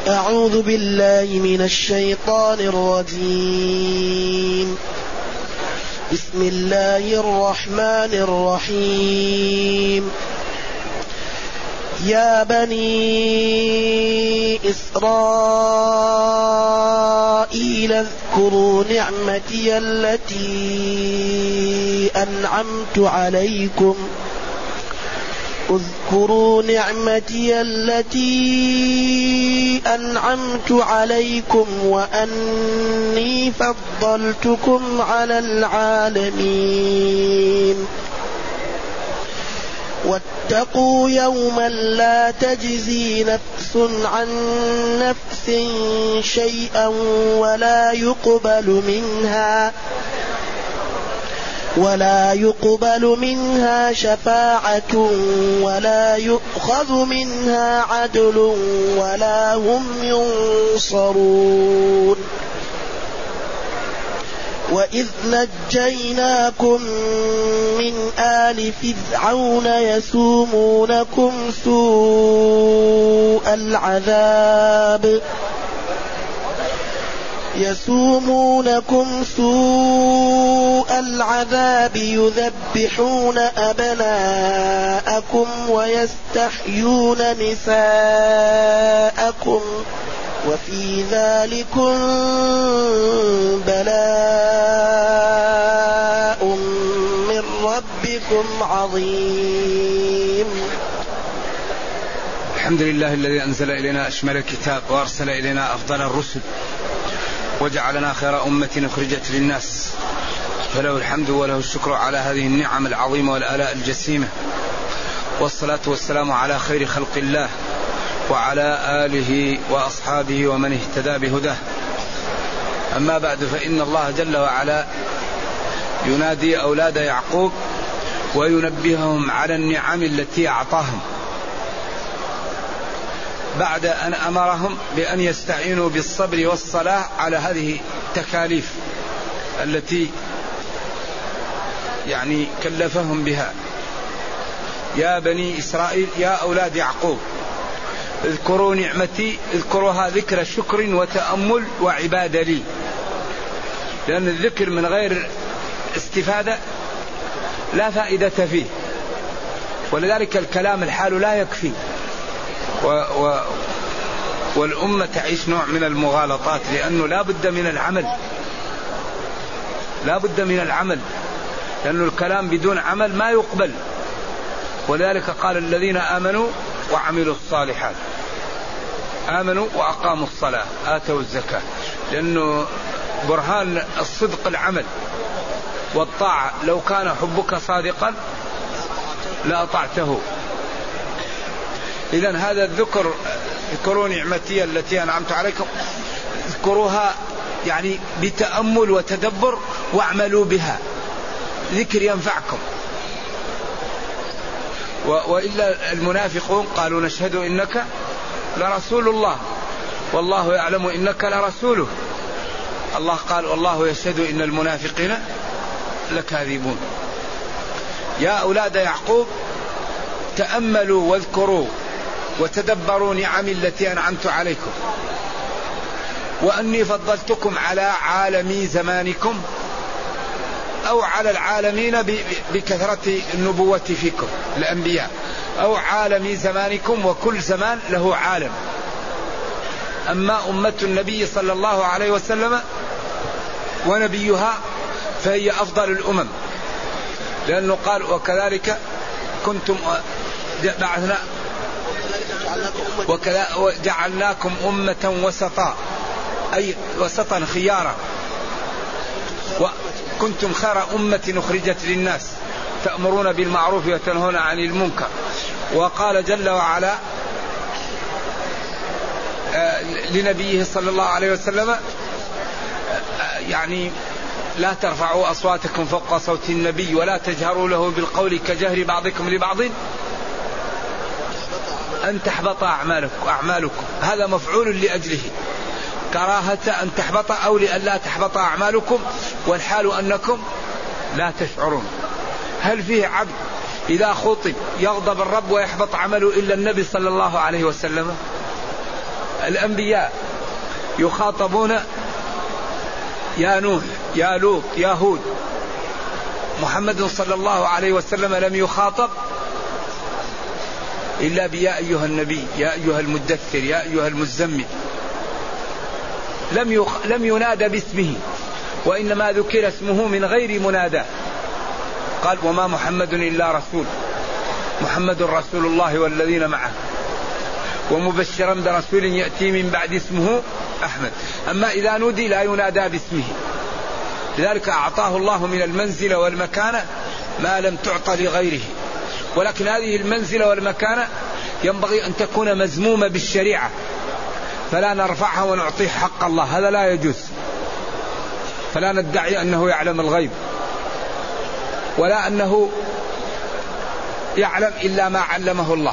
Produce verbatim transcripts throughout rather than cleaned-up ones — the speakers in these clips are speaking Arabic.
أعوذ بالله من الشيطان الرجيم. بسم الله الرحمن الرحيم. يا بني إسرائيل اذكروا نعمتي التي أنعمت عليكم اذكروا نعمتي التي أنعمت عليكم وأني فضلتكم على العالمين. واتقوا يوما لا تجزي نفس عن نفس شيئا ولا يقبل منها ولا يقبل منها شفاعة ولا يؤخذ منها عدل ولا هم ينصرون. وإذ نجيناكم من آل فرعون يسومونكم سوء العذاب يسومونكم سوء العذاب يذبحون أبناءكم ويستحيون نساءكم وفي ذلكم بلاء من ربكم عظيم. الحمد لله الذي أنزل إلينا أشمل الكتاب وأرسل إلينا أفضل الرسل وجعلنا خير أمة أخرجت للناس، فله الحمد وله الشكر على هذه النعم العظيمة والآلاء الجسيمة، والصلاة والسلام على خير خلق الله وعلى آله وأصحابه ومن اهتدى بهداه. أما بعد، فإن الله جل وعلا ينادي أولاد يعقوب وينبههم على النعم التي أعطاهم بعد أن أمرهم بأن يستعينوا بالصبر والصلاة على هذه التكاليف التي يعني كلفهم بها. يا بني إسرائيل، يا أولاد يعقوب، اذكروا نعمتي، اذكروها ذكر شكر وتأمل وعبادة لي، لأن الذكر من غير استفادة لا فائدة فيه، ولذلك الكلام الحال لا يكفي، و و والأمة تعيش نوع من المغالطات، لأنه لا بد من العمل لا بد من العمل لأن الكلام بدون عمل ما يقبل. ولذلك قال الذين آمنوا وعملوا الصالحات، آمنوا وأقاموا الصلاة آتوا الزكاة، لأنه برهان الصدق العمل والطاعة. لو كان حبك صادقا لأطعته. إذن هذا الذكر، اذكروا نعمتي التي أنعمت عليكم، اذكروها يعني بتأمل وتدبر واعملوا بها، ذكر ينفعكم. وإلا المنافقون قالوا نشهد إنك لرسول الله والله يعلم إنك لرسوله. الله قال والله يشهد إن المنافقين لكاذبون. يا أولاد يعقوب، تأملوا واذكروا وتدبروا نعمي التي أنعمت عليكم، وأني فضلتكم على عالمي زمانكم، أو على العالمين بكثرة النبوة فيكم الأنبياء، أو عالمي زمانكم، وكل زمان له عالم. أما أمة النبي صلى الله عليه وسلم ونبيها فهي أفضل الأمم، لأنه قال وكذلك كنتم بعثنا وجعلناكم أمة وسطا، أي وسطا خيارا، وكنتم خير أمة أخرجت للناس تأمرون بالمعروف وتنهون عن المنكر. وقال جل وعلا لنبيه صلى الله عليه وسلم يعني لا ترفعوا أصواتكم فوق صوت النبي ولا تجهروا له بالقول كجهر بعضكم لبعض أن تحبط أعمالكم, أعمالكم هذا مفعول لأجله، كراهة أن تحبط أو لأن لا تحبط أعمالكم والحال أنكم لا تشعرون. هل فيه عبد إذا خطب يغضب الرب ويحبط عمله إلا النبي صلى الله عليه وسلم؟ الأنبياء يخاطبون يا نوح يا لوط يا هود. محمد صلى الله عليه وسلم لم يخاطب إلا بيا أيها النبي يا أيها المدثر يا أيها المزمل. لم يخ... لم ينادى باسمه، وإنما ذكر اسمه من غير منادى. قال وما محمد إلا رسول، محمد رسول الله والذين معه، ومبشرا برسول يأتي من بعد اسمه أحمد. أما إذا نودي لا ينادى باسمه، لذلك أعطاه الله من المنزلة والمكانة ما لم تعط لغيره. ولكن هذه المنزلة والمكانة ينبغي أن تكون مزمومة بالشريعة، فلا نرفعها ونعطيه حق الله، هذا لا يجوز. فلا ندعي أنه يعلم الغيب، ولا أنه يعلم إلا ما علمه الله،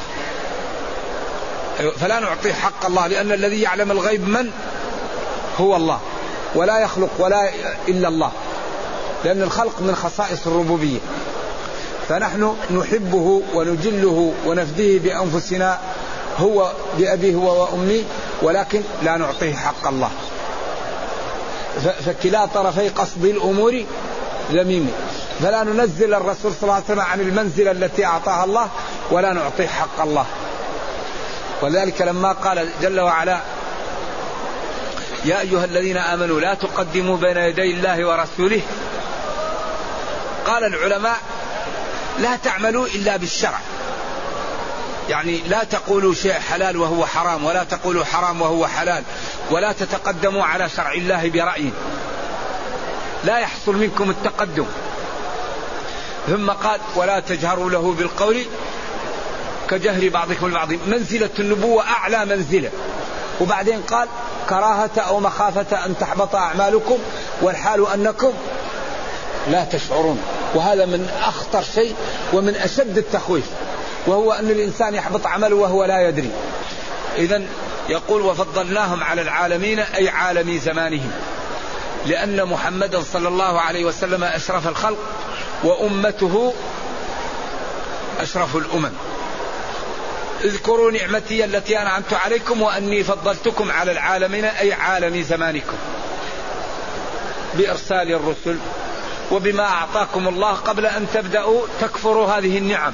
فلا نعطيه حق الله، لأن الذي يعلم الغيب من هو الله، ولا يخلق ولا إلا الله، لأن الخلق من خصائص الربوبية. فنحن نحبه ونجله ونفديه بأنفسنا هو بأبيه وأمي، ولكن لا نعطيه حق الله. فكلا طرفي قصد الأمور ذميم، فلا ننزل الرسول صلى الله عليه وسلم عن المنزلة التي أعطاها الله، ولا نعطيه حق الله. ولذلك لما قال جل وعلا يا أيها الذين آمنوا لا تقدموا بين يدي الله ورسوله، قال العلماء لا تعملوا إلا بالشرع، يعني لا تقولوا شيء حلال وهو حرام، ولا تقولوا حرام وهو حلال، ولا تتقدموا على شرع الله برأي، لا يحصل منكم التقدم. ثم قال ولا تجهروا له بالقول كجهر بعضكم البعض. منزلة النبوة أعلى منزلة. وبعدين قال كراهة أو مخافة أن تحبط أعمالكم والحال أنكم لا تشعرون. وهذا من أخطر شيء ومن أشد التخويف، وهو أن الإنسان يحبط عمله وهو لا يدري. إذن يقول وفضلناهم على العالمين، أي عالمي زمانهم، لأن محمدا صلى الله عليه وسلم أشرف الخلق، وأمته أشرف الأمم. اذكروا نعمتي التي أنعمت عليكم وأني فضلتكم على العالمين، أي عالم زمانكم، بإرسال الرسل وبما أعطاكم الله قبل أن تبدأوا تكفروا هذه النعم.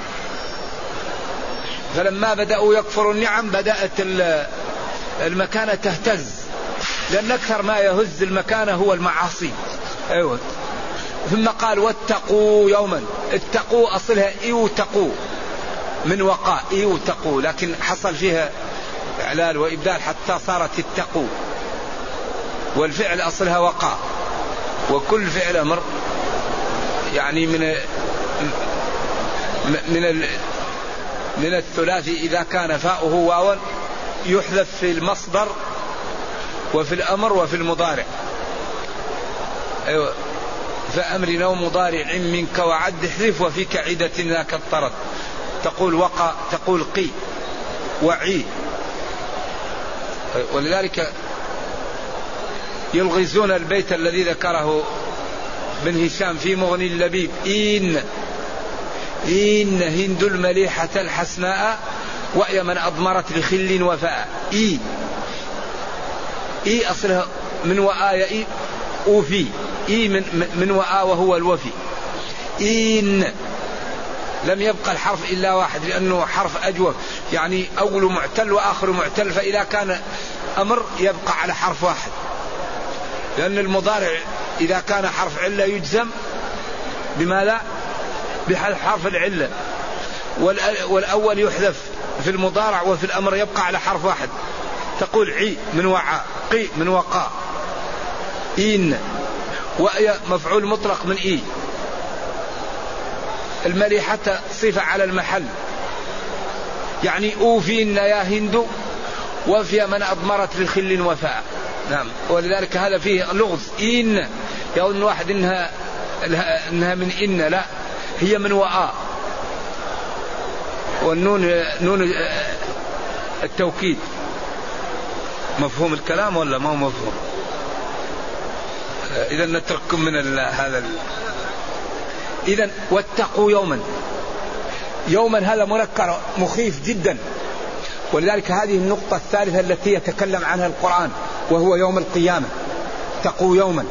فلما بدأوا يكفروا النعم بدأت المكانة تهتز، لأن أكثر ما يهز المكانة هو المعاصي. أيوة. ثم قال واتقوا يوما. اتقوا أصلها ايوتقوا من وقاء ايوتقوا، لكن حصل فيها إعلال وإبدال حتى صارت اتقوا، والفعل أصلها وقاء. وكل فعل أمر يعني من من من الثلاثي إذا كان فاؤه واوا يحذف في المصدر وفي الأمر وفي المضارع. أيوة. فأمر نو مضارع منك وعد احذف، وفي كعدة ذاك الطرد. تقول وقع، تقول قي وعي. ولذلك يلغزون البيت الذي ذكره بن هشام في مغني اللبيب إن إن هند المليحة الحسناء وأي من أضمرت لخل وفاء. إي إي أصلها من وآي إي أوفي، إي من, من وآ وهو الوفي. إن لم يبقى الحرف إلا واحد، لأنه حرف أجوف، يعني أول معتل وآخر معتل، فإذا كان أمر يبقى على حرف واحد، لأن المضارع إذا كان حرف علة يجزم بماذا؟ بحرف العلة، والأول يحذف في المضارع، وفي الأمر يبقى على حرف واحد. تقول عي من وعاء، قي من وقاء. إن وأي مفعول مطلق من إي. المليحة صفة على المحل، يعني أوفين يا هند وفي من أضمرت لخل وفاء. نعم. ولذلك هذا فيه لغز. إن يظن واحد إنها, إنها من إن، لا، هي من وآ، والنون نون التوكيد. مفهوم الكلام ولا ما هو مفهوم؟ إذا نترككم من هذا ال... إذا واتقوا يوما. يوما هذا منكر مخيف جدا، ولذلك هذه النقطة الثالثة التي يتكلم عنها القرآن وهو يوم القيامة. اتقوا يوما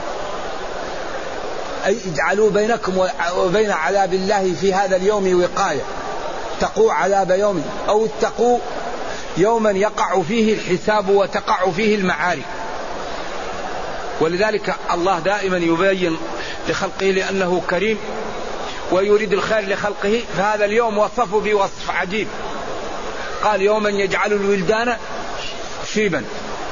أي اجعلوا بينكم وبين عذاب الله في هذا اليوم وقاية. اتقوا عذاب يوم أو اتقوا يوما يقع فيه الحساب وتقع فيه المعارك. ولذلك الله دائما يبين لخلقه لأنه كريم ويريد الخير لخلقه، فهذا اليوم وصفه بوصف عجيب، قال يوما يجعل الولدان شيبا.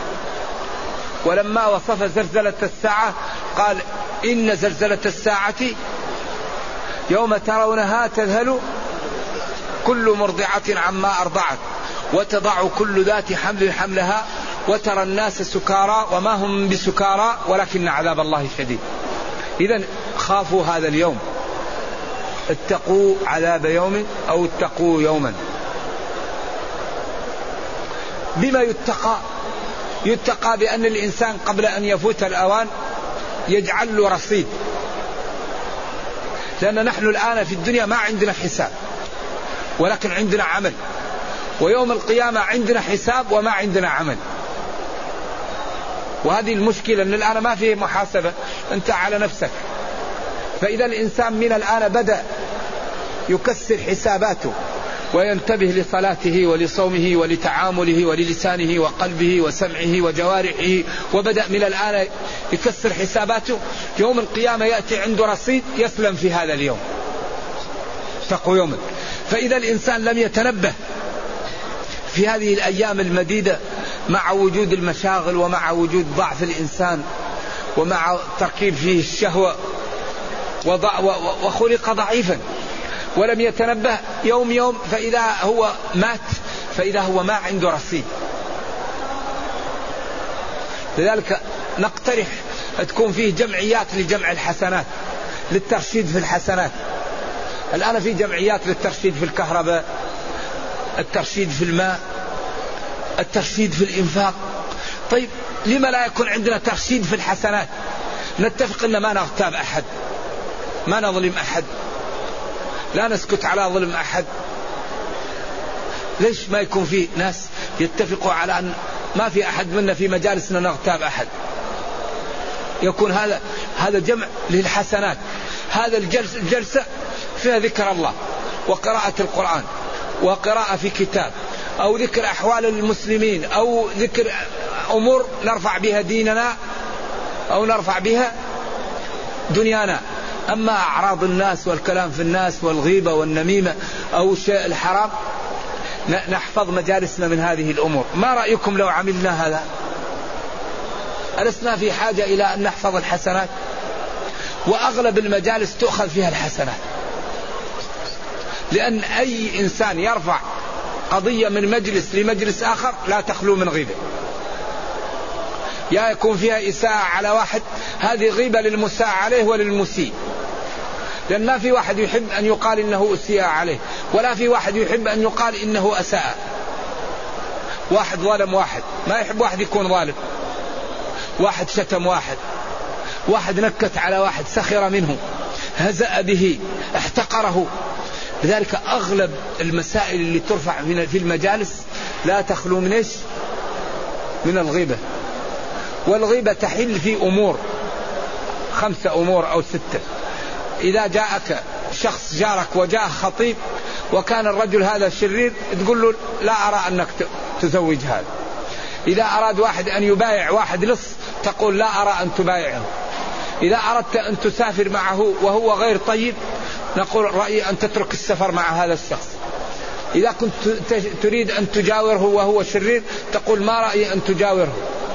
ولما وصف زلزلة الساعة قال إن زلزلة الساعة يوم ترونها تذهل كل مرضعة عما أرضعت وتضع كل ذات حمل حملها وترى الناس سكارى وما هم بسكارى ولكن عذاب الله شديد. إذن خافوا هذا اليوم، اتقوا عذاب يوم أو اتقوا يوما. بما يتقى؟ يتقى بأن الإنسان قبل أن يفوت الأوان يجعل له رصيد، لأن نحن الآن في الدنيا ما عندنا حساب ولكن عندنا عمل، ويوم القيامة عندنا حساب وما عندنا عمل. وهذه المشكلة أن الآن ما فيه محاسبة، أنت على نفسك. فإذا الإنسان من الآن بدأ يكسر حساباته وينتبه لصلاته ولصومه ولتعامله وللسانه وقلبه وسمعه وجوارحه، وبدأ من الآن يكسر حساباته، يوم القيامة يأتي عنده رصيد يسلم في هذا اليوم. اتقوا يوما. فإذا الإنسان لم يتنبه في هذه الأيام المديدة مع وجود المشاغل ومع وجود ضعف الإنسان ومع تركيب فيه الشهوة وخلق ضعيفا ولم يتنبه يوم يوم، فإذا هو مات فإذا هو ما عنده رصيد. لذلك نقترح تكون فيه جمعيات لجمع الحسنات، للترشيد في الحسنات. الآن في جمعيات للترشيد في الكهرباء، الترشيد في الماء، الترشيد في الإنفاق. طيب لما لا يكون عندنا ترشيد في الحسنات؟ نتفق أن ما نغتاب أحد، ما نظلم أحد، لا نسكت على ظلم أحد. ليش ما يكون في ناس يتفقوا على أن ما في أحد منا في مجالسنا نغتاب أحد؟ يكون هذا هذا جمع للحسنات. هذا الجلسة, الجلسة فيها ذكر الله وقراءة القرآن وقراءة في كتاب أو ذكر أحوال المسلمين أو ذكر أمور نرفع بها ديننا أو نرفع بها دنيانا. أما أعراض الناس والكلام في الناس والغيبة والنميمة أو الشيء الحرام نحفظ مجالسنا من هذه الأمور. ما رأيكم لو عملنا هذا؟ ألسنا في حاجة إلى أن نحفظ الحسنات؟ وأغلب المجالس تؤخذ فيها الحسنات، لأن أي إنسان يرفع قضية من مجلس لمجلس آخر لا تخلو من غيبة. يا يكون فيها إساءة على واحد، هذه غيبة للمساء عليه وللمسيء، لأن ما في واحد يحب أن يقال إنه أسيء عليه، ولا في واحد يحب أن يقال إنه أساء. واحد ظلم واحد، ما يحب واحد يكون ظالم. واحد شتم واحد، واحد نكت على واحد، سخر منه، هزأ به، احتقره. لذلك أغلب المسائل اللي ترفع في المجالس لا تخلو من إيش؟ من الغيبة. والغيبة تحل في أمور، خمسة أمور أو ستة. إذا جاءك شخص جارك وجاء خطيب وكان الرجل هذا شرير، تقول له لا أرى أنك تزوج هذا. إذا أراد واحد أن يبايع واحد لص، تقول لا أرى أن تبايعه. إذا أردت أن تسافر معه وهو غير طيب، نقول رأيي أن تترك السفر مع هذا الشخص. إذا كنت تريد أن تجاوره وهو شرير، تقول ما رأيي أن تجاوره.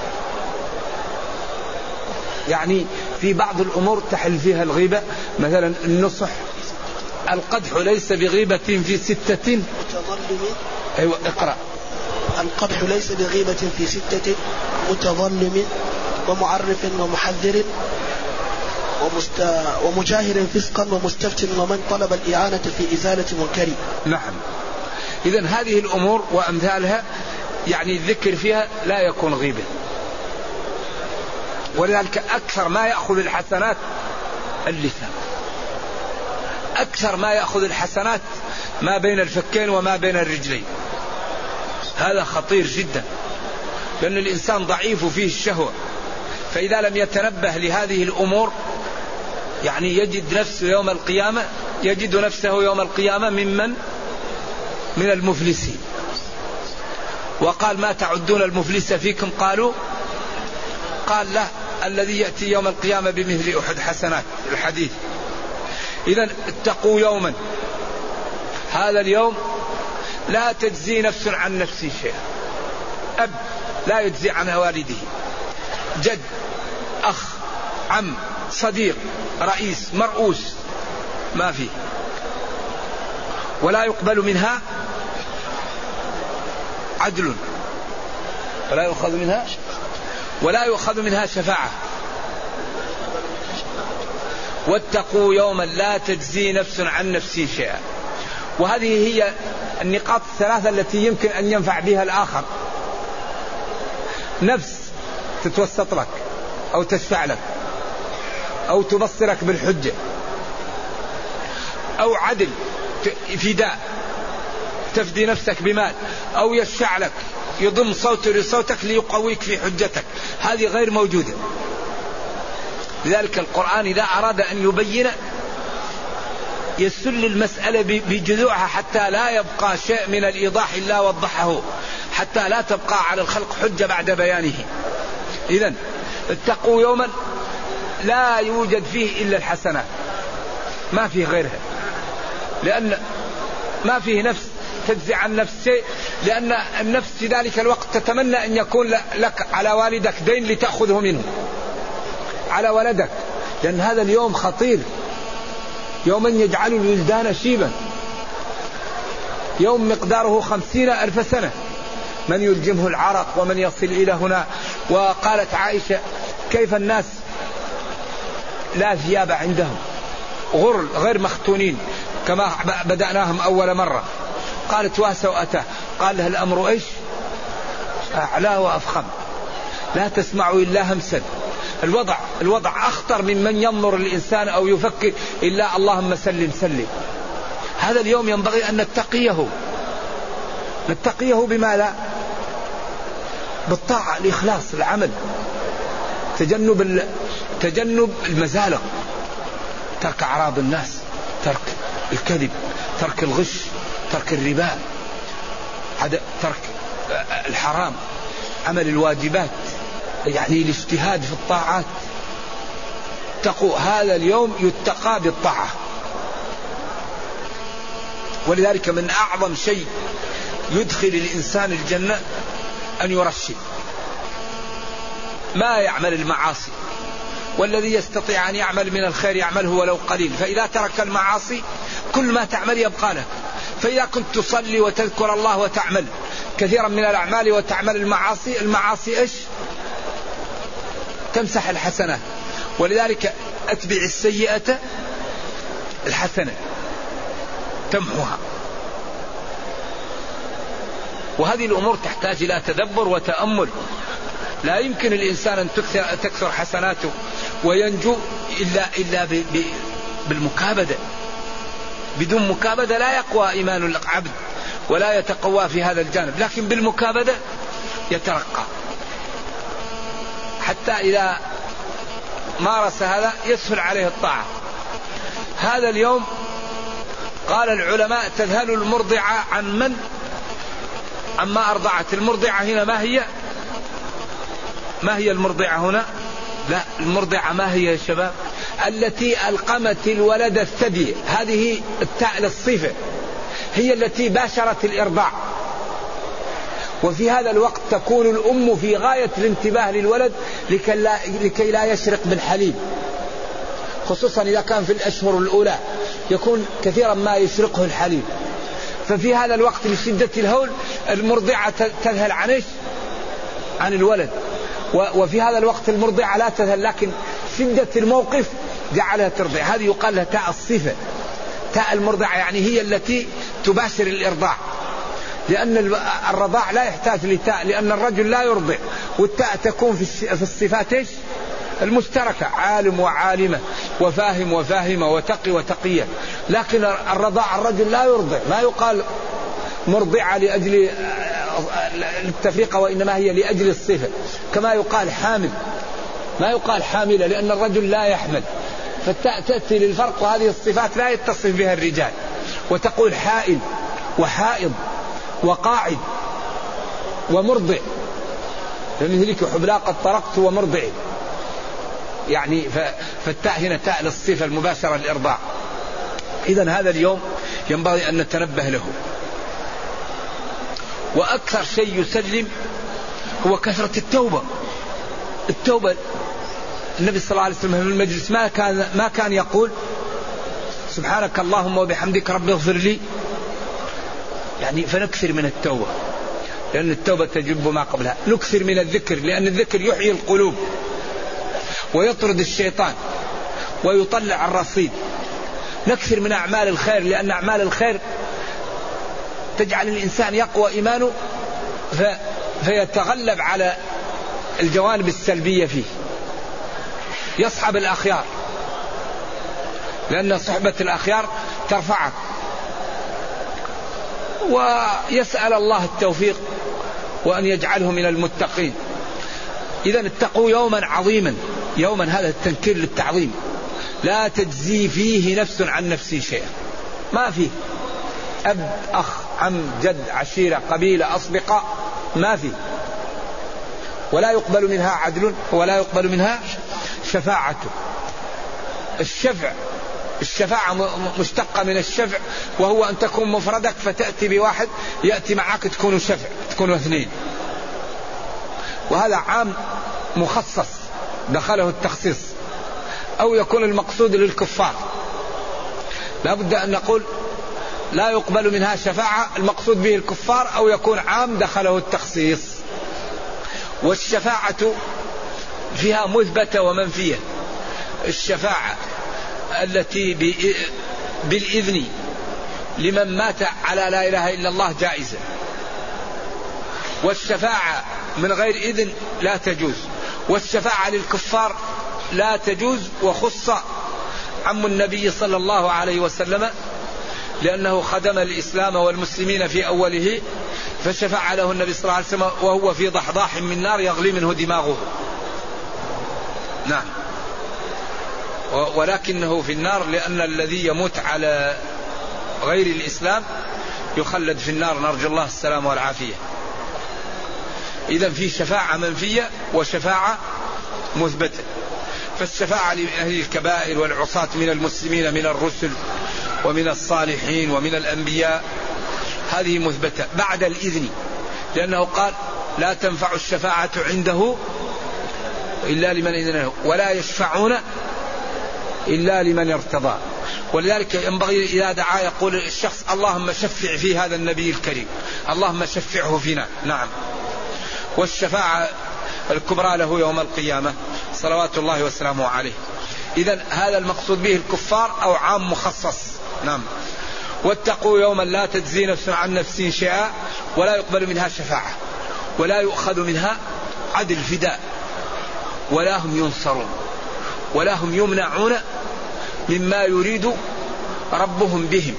يعني في بعض الأمور تحل فيها الغيبة، مثلا النصح. القدح ليس بغيبة في ستة متظلم. أيوة اقرأ. القدح ليس بغيبة في ستة: متظلم ومعرف ومحذر ومست... ومجاهر فسقا ومستفتن ومن طلب الإعانة في إزالة منكر. نعم. إذن هذه الأمور وأمثالها يعني الذكر فيها لا يكون غيبة. ولذلك أكثر ما يأخذ الحسنات اللسان، أكثر ما يأخذ الحسنات ما بين الفكين وما بين الرجلين. هذا خطير جدا، لأن الإنسان ضعيف فيه الشهوة، فإذا لم يتنبه لهذه الأمور يعني يجد نفسه يوم القيامة يجد نفسه يوم القيامة ممن من المفلسين. وقال: ما تعدون المفلس فيكم؟ قالوا قال: لا، الذي يأتي يوم القيامة بمثل أحد حسنات، الحديث. إذن اتقوا يوما، هذا اليوم لا تجزي نفس عن نفس شيئا. أب لا يجزي عنها والده، جد، أخ، عم، صديق، رئيس، مرؤوس، ما فيه. ولا يقبل منها عدل، ولا يؤخذ منها ولا يؤخذ منها شفاعة. واتقوا يوما لا تجزي نفس عن نفس شيئا. وهذه هي النقاط الثلاثة التي يمكن أن ينفع بها الآخر. نفس تتوسط لك أو تشفع لك أو تبصرك بالحجة، أو عدل فداء تفدي نفسك بمال، أو يشفع لك يضم صوته لصوتك ليقويك في حجتك. هذه غير موجودة. لذلك القرآن إذا أراد أن يبين يسل المسألة بجذوعها حتى لا يبقى شيء من الإيضاح إلا وضحه، حتى لا تبقى على الخلق حجة بعد بيانه. إذن اتقوا يوما لا يوجد فيه إلا الحسنات، ما فيه غيرها، لأن ما فيه نفس تجزي عن نفس شيء، لأن النفس في ذلك الوقت تتمنى أن يكون لك على والدك دين لتأخذه منه، على ولدك، لأن هذا اليوم خطير. يوما يجعل الولدان شيبا، يوم مقداره خمسين ألف سنة، من يلجمه العرق ومن يصل إلى هنا. وقالت عائشة: كيف الناس لا ثياب عندهم، غر غير مختونين كما بدأناهم أول مرة. قالت: واسوأته. قال لها: الأمر إيش؟ أعلى وأفخم، لا تسمع إلا همسا. الوضع الوضع أخطر ممن ينظر الإنسان أو يفكر إلا اللهم سلم سلم. هذا اليوم ينبغي أن نتقيه. نتقيه بما لا؟ بالطاعة، الإخلاص، العمل، تجنب تجنب المزالق، ترك أعراض الناس، ترك الكذب، ترك الغش، ترك الربا، ترك الحرام، عمل الواجبات، يعني الاجتهاد في الطاعات. اتقوا هذا اليوم يتقى بالطاعة. ولذلك من أعظم شيء يدخل الإنسان الجنة أن يرشد، ما يعمل المعاصي، والذي يستطيع أن يعمل من الخير يعمله ولو قليل. فإذا ترك المعاصي كل ما تعمل يبقى لك. فإذا كنت تصلي وتذكر الله وتعمل كثيرا من الأعمال وتعمل المعاصي، المعاصي إيش؟ تمسح الحسنات. ولذلك أتبع السيئة الحسنة تمحوها. وهذه الأمور تحتاج إلى تدبر وتأمل. لا يمكن الإنسان أن تكثر, تكثر حسناته وينجو إلا, إلا ب ب بالمكابدة. بدون مكابدة لا يقوى إيمان العبد ولا يتقوى في هذا الجانب، لكن بالمكابدة يترقى، حتى إذا مارس هذا يسهل عليه الطاعة. هذا اليوم قال العلماء تذهل المرضعة عن من؟ عما أرضعت. المرضعة هنا ما هي؟ ما هي المرضعة هنا؟ لا، المرضعة ما هي يا شباب؟ التي ألقمت الولد الثدي، هذه التاء للصفة، هي التي باشرت الإرضاع. وفي هذا الوقت تكون الأم في غاية الانتباه للولد لكي لا, لكي لا يشرق بالحليب، خصوصا إذا كان في الأشهر الأولى يكون كثيرا ما يشرقه الحليب. ففي هذا الوقت لشدة الهول المرضعة تذهل عن إيش؟ عن الولد. وفي هذا الوقت المرضعة لا تذهل، لكن شدة الموقف جعلها ترضع. هذه يقال لها تاء الصفة، تاء المرضعة، يعني هي التي تباشر الإرضاع. لأن الرضاع لا يحتاج لتاء، لأن الرجل لا يرضع، والتاء تكون في الصفات إيش؟ المشتركة، عالم وعالمة، وفاهم وفاهمة، وتقي وتقية. لكن الرضاع الرجل لا يرضع، ما يقال مرضعة لأجل للتفرقة وإنما هي لأجل الصفة. كما يقال حامل ما يقال حاملة لأن الرجل لا يحمل، فالتاء تأتي للفرق، وهذه الصفات لا يتصف بها الرجال. وتقول حائل وحائض وقاعد ومرضع، فمثلك حبلا قد طرقت ومرضع، يعني فالتاء هنا تاء للصفة المباشرة للإرضاع. إذن هذا اليوم ينبغي أن نتنبه له. وأكثر شيء يسلم هو كثرة التوبة. التوبة النبي صلى الله عليه وسلم في المجلس ما كان ما كان يقول سبحانك اللهم وبحمدك رب اغفر لي، يعني فنكثر من التوبة لأن التوبة تجب ما قبلها. نكثر من الذكر لأن الذكر يحيي القلوب ويطرد الشيطان ويطلع الرصيد. نكثر من أعمال الخير لأن أعمال الخير تجعل الإنسان يقوى إيمانه فيتغلب على الجوانب السلبية فيه. يصحب الأخيار لأن صحبة الأخيار ترفعك، ويسأل الله التوفيق وأن يجعله من المتقين. إذن اتقوا يوما عظيما، يوما هذا التنكير للتعظيم، لا تجزي فيه نفس عن نفس شيئا، ما فيه أب أخ عم جد عشيرة قبيلة أصدقاء، ما فيه. ولا يقبل منها عدل ولا يقبل منها شفاعة. الشفع الشفاعة مشتقة من الشفع، وهو أن تكون مفردك فتأتي بواحد يأتي معك تكونوا شفع، تكونوا اثنين، وهذا عام مخصص دخله التخصيص. أو يكون المقصود للكفار، لا بد أن نقول لا يقبل منها شفاعة المقصود به الكفار، أو يكون عام دخله التخصيص. والشفاعة فيها مثبتة ومنفية. الشفاعة التي بالإذن لمن مات على لا إله إلا الله جائزة، والشفاعة من غير إذن لا تجوز، والشفاعة للكفار لا تجوز. وخص عم النبي صلى الله عليه وسلم لأنه خدم الإسلام والمسلمين في أوله، فشفع له النبي صلى الله عليه وسلم وهو في ضحضاح من نار يغلي منه دماغه. نعم، ولكنه في النار لأن الذي يموت على غير الإسلام يخلد في النار، نرجو الله السلام والعافية. إذن في شفاعة منفية وشفاعة مثبتة. فالشفاعة لأهل الكبائر والعصاة من المسلمين من الرسل ومن الصالحين ومن الأنبياء هذه مثبتة بعد الإذن، لأنه قال لا تنفع الشفاعة عنده إلا لمن إذن له ولا يشفعون إلا لمن ارتضى. ولذلك ينبغي إذا دعا يقول الشخص اللهم شفع في هذا النبي الكريم، اللهم شفعه فينا. نعم. والشفاعة الكبرى له يوم القيامة صلوات الله وسلامه عليه. إذن هذا المقصود به الكفار أو عام مخصص. نعم. واتقوا يوما لا تجزي نفس عن نفس شيئا ولا يقبل منها شفاعة ولا يؤخذ منها عدل فداء ولا هم ينصرون ولا هم يمنعون مما يريد ربهم بهم.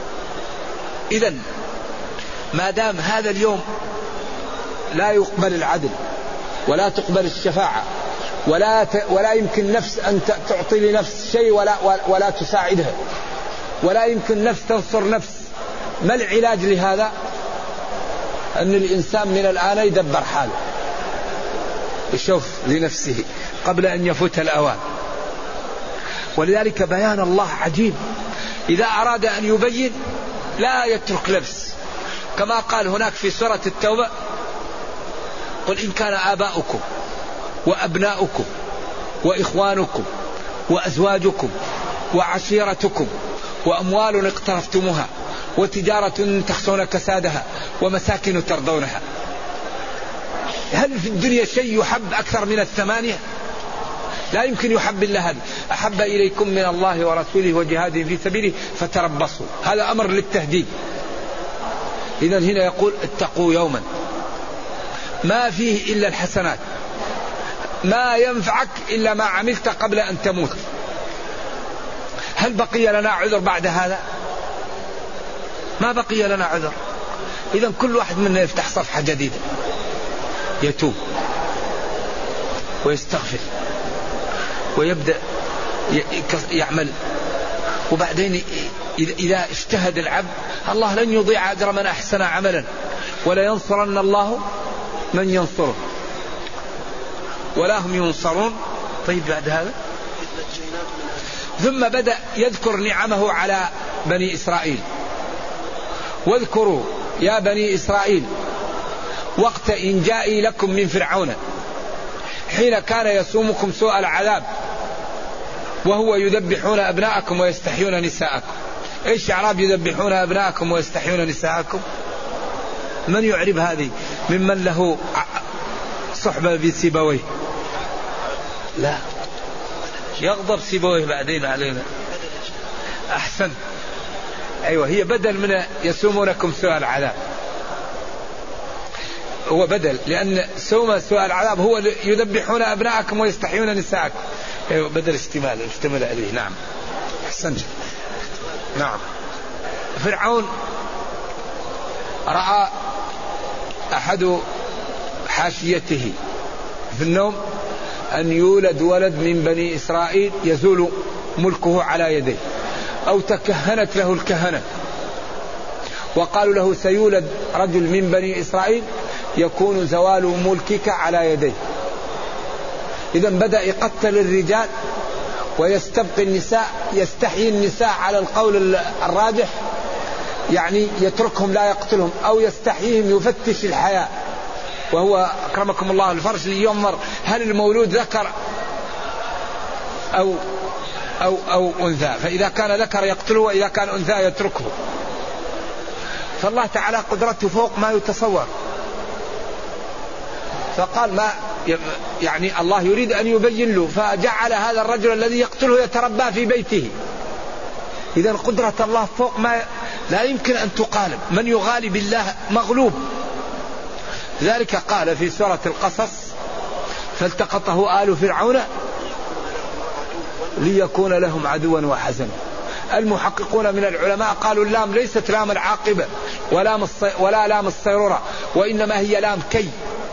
إذن ما دام هذا اليوم لا يقبل العدل ولا تقبل الشفاعة ولا ت... ولا يمكن نفس أن تعطي لنفس شيء ولا ولا تساعدها ولا يمكن نفس تنصر نفس، ما العلاج لهذا؟ أن الإنسان من الآن يدبر حاله، يشوف لنفسه قبل أن يفوت الأوان. ولذلك بيان الله عجيب، إذا أراد أن يبين لا يترك لبس، كما قال هناك في سورة التوبة قل إن كان آباؤكم وأبناؤكم وإخوانكم وأزواجكم وعشيرتكم وأموال اقترفتموها وتجارة تخشون كسادها ومساكن ترضونها. هل في الدنيا شيء يحب أكثر من الثمانية؟ لا يمكن يحب إلا هذا. أحب إليكم من الله ورسوله وجهاد في سبيله فتربصوا، هذا أمر للتهديد. إذن هنا يقول اتقوا يوما ما فيه إلا الحسنات، ما ينفعك إلا ما عملت قبل أن تموت. هل بقي لنا عذر بعد هذا؟ ما بقي لنا عذر، إذن كل واحد منا يفتح صفحة جديدة، يتوب ويستغفر ويبدأ يعمل، وبعدين إذا اجتهد العبد الله لن يضيع أجر من أحسن عملا، ولا ينصرن الله من ينصره ولا هم ينصرون. طيب بعد هذا ثم بدأ يذكر نعمه على بني إسرائيل. واذكروا يا بني إسرائيل وقت إن جاء لكم من فرعون حين كان يسومكم سوء العذاب وهو يذبحون أبناءكم ويستحيون نساءكم. إيش أعراب يذبحون أبناءكم ويستحيون نساءكم؟ من يعرب هذه ممن له صحبة بسيبويه؟ لا، يغضب سيبويه بعدين علينا. أحسن، أيوة، هي بدل من يسومونكم سوء العذاب، هو بدل، لأن سوم سوء العذاب هو يذبحون أبناءكم ويستحيون نساءكم، أيوة بدل اشتمال اشتمل عليه. نعم أحسنت. نعم، فرعون رأى أحد حاشيته في النوم أن يولد ولد من بني إسرائيل يزول ملكه على يديه، أو تكهنت له الكهنة وقالوا له سيولد رجل من بني إسرائيل يكون زوال ملكك على يديه. إذن بدأ يقتل الرجال ويستبقي النساء، يستحيي النساء على القول الراجح، يعني يتركهم لا يقتلهم، أو يستحييهم يفتش الحياة، وهو أكرمكم الله الفرج لينظر هل المولود ذكر أو أو أو أنثى، فإذا كان ذكر يقتله وإذا كان أنثى يتركه. فالله تعالى قدرته فوق ما يتصور، فقال ما يعني الله يريد أن يبين له، فجعل هذا الرجل الذي يقتله يتربى في بيته. إذن قدرة الله فوق ما لا يمكن أن تقالب، من يغالب الله مغلوب. ذلك قال في سورة القصص فالتقطه آل فرعون ليكون لهم عدوا وحزنا. المحققون من العلماء قالوا اللام ليست لام العاقبة ولا, ولا لام الصيرورة، وإنما هي لام كي.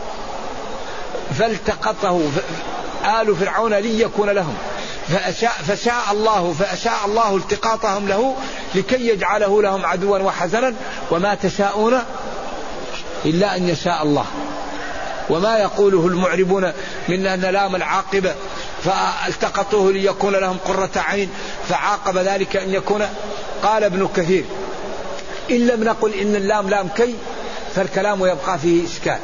فالتقطه آل فرعون ليكون لهم، فأشاء, فشاء الله فأشاء الله التقاطهم له لكي يجعله لهم عدوا وحزنا، وما تشاءون إلا أن يشاء الله. وما يقوله المعربون من أن لام العاقبة فالتقطوه ليكون لهم قرة عين، فعاقب ذلك أن يكون. قال ابن كثير إن لم نقل إن اللام لام كي فالكلام يبقى فيه إشكال.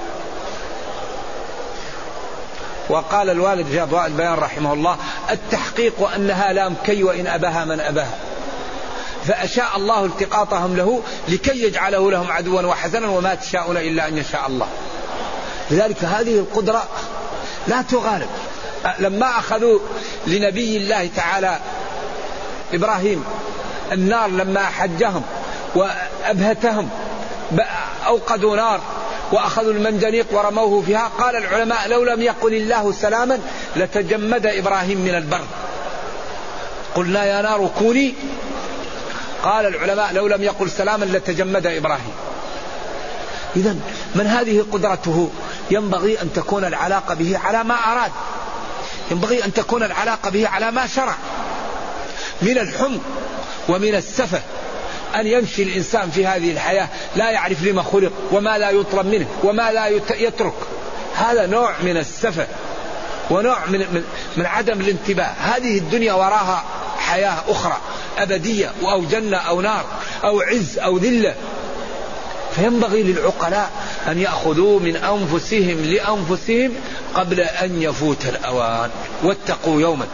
وقال الوالد في أضواء البيان رحمه الله التحقيق أنها لام كي وإن أباها من أباها، فأشاء الله التقاطهم له لكي يجعله لهم عدوا وحزنا، وما تشاءون إلا أن يشاء الله. لذلك هذه القدرة لا تغالب. لما أخذوا لنبي الله تعالى إبراهيم النار لما حجهم وأبهتهم أوقدوا نار وأخذوا المنجنيق ورموه فيها، قال العلماء لو لم يقل الله سلاما لتجمد إبراهيم من البرد. قلنا يا نار كوني، قال العلماء لو لم يقل سلاما لتجمد إبراهيم. إذن من هذه قدرته ينبغي أن تكون العلاقة به على ما أراد، ينبغي أن تكون العلاقة به على ما شرع. من الحمق ومن السفة أن يمشي الإنسان في هذه الحياة لا يعرف لما خلق وما لا يطلب منه وما لا يترك، هذا نوع من السفة ونوع من, من, من عدم الانتباه. هذه الدنيا وراها حياة أخرى أبدية، أو جنة أو نار أو عز أو ذلة. فينبغي للعقلاء أن يأخذوا من أنفسهم لأنفسهم قبل أن يفوت الأوان. واتقوا يوما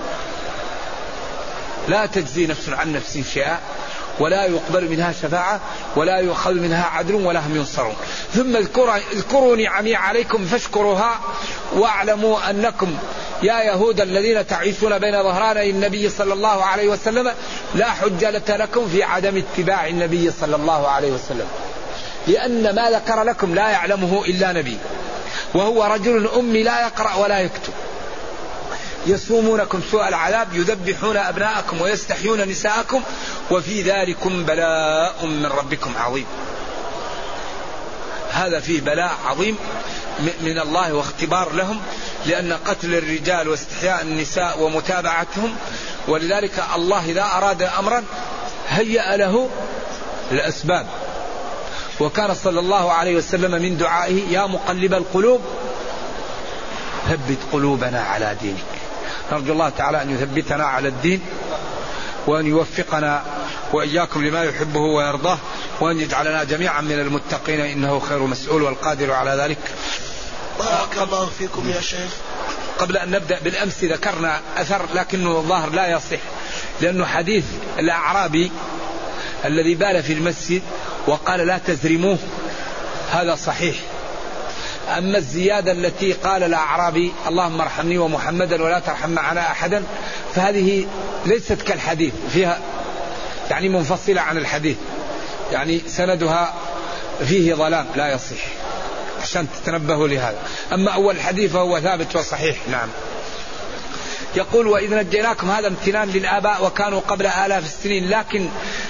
لا تجزي نفس عن نفس شيئا ولا يقبل منها شفاعة ولا يؤخذ منها عدل ولا هم ينصرون. ثم اذكروا نعمي عليكم فاشكروها واعلموا أنكم يا يهود الذين تعيشون بين ظهراني النبي صلى الله عليه وسلم لا حجة لكم في عدم اتباع النبي صلى الله عليه وسلم، لأن ما ذكر لكم لا يعلمه إلا نبي، وهو رجل أمي لا يقرأ ولا يكتب. يسومونكم سوء العذاب يذبحون أبناءكم ويستحيون نساءكم وفي ذلكم بلاء من ربكم عظيم. هذا فيه بلاء عظيم من الله واختبار لهم، لأن قتل الرجال واستحياء النساء ومتابعتهم، ولذلك الله إذا أراد أمرا هيأ له الأسباب. وكان صلى الله عليه وسلم من دعائه يا مقلب القلوب ثبت قلوبنا على دينك. نرجو الله تعالى أن يثبتنا على الدين، وأن يوفقنا وإياكم لما يحبه ويرضاه، وأن يجعلنا جميعا من المتقين إنه خير مسؤول والقادر على ذلك. بارك الله فيكم يا شيخ. قبل أن نبدأ بالأمس ذكرنا أثر لكنه الظاهر لا يصح، لأنه حديث الأعرابي الذي بال في المسجد وقال لا تزرموه هذا صحيح. أما الزيادة التي قال الأعرابي اللهم ارحمني ومحمدا ولا ترحم معنا أحدا فهذه ليست كالحديث، فيها يعني منفصلة عن الحديث، يعني سندها فيه ظلام لا يصح، عشان تتنبهوا لهذا. أما أول الحديث فهو ثابت وصحيح. نعم. يقول وإذ نجيناكم، هذا امتنان للآباء وكانوا قبل آلاف السنين، لكن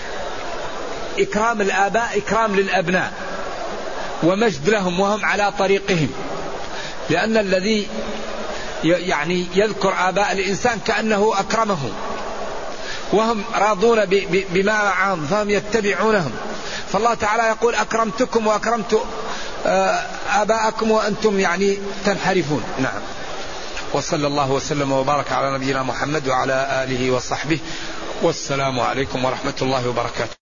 إكرام الآباء إكرام للأبناء ومجد لهم وهم على طريقهم، لأن الذي يعني يذكر آباء الإنسان كأنه أكرمهم، وهم راضون بما معهم فهم يتبعونهم. فالله تعالى يقول أكرمتكم وأكرمت آباءكم وأنتم يعني تنحرفون. نعم. وصلى الله وسلم وبارك على نبينا محمد وعلى آله وصحبه، والسلام عليكم ورحمة الله وبركاته.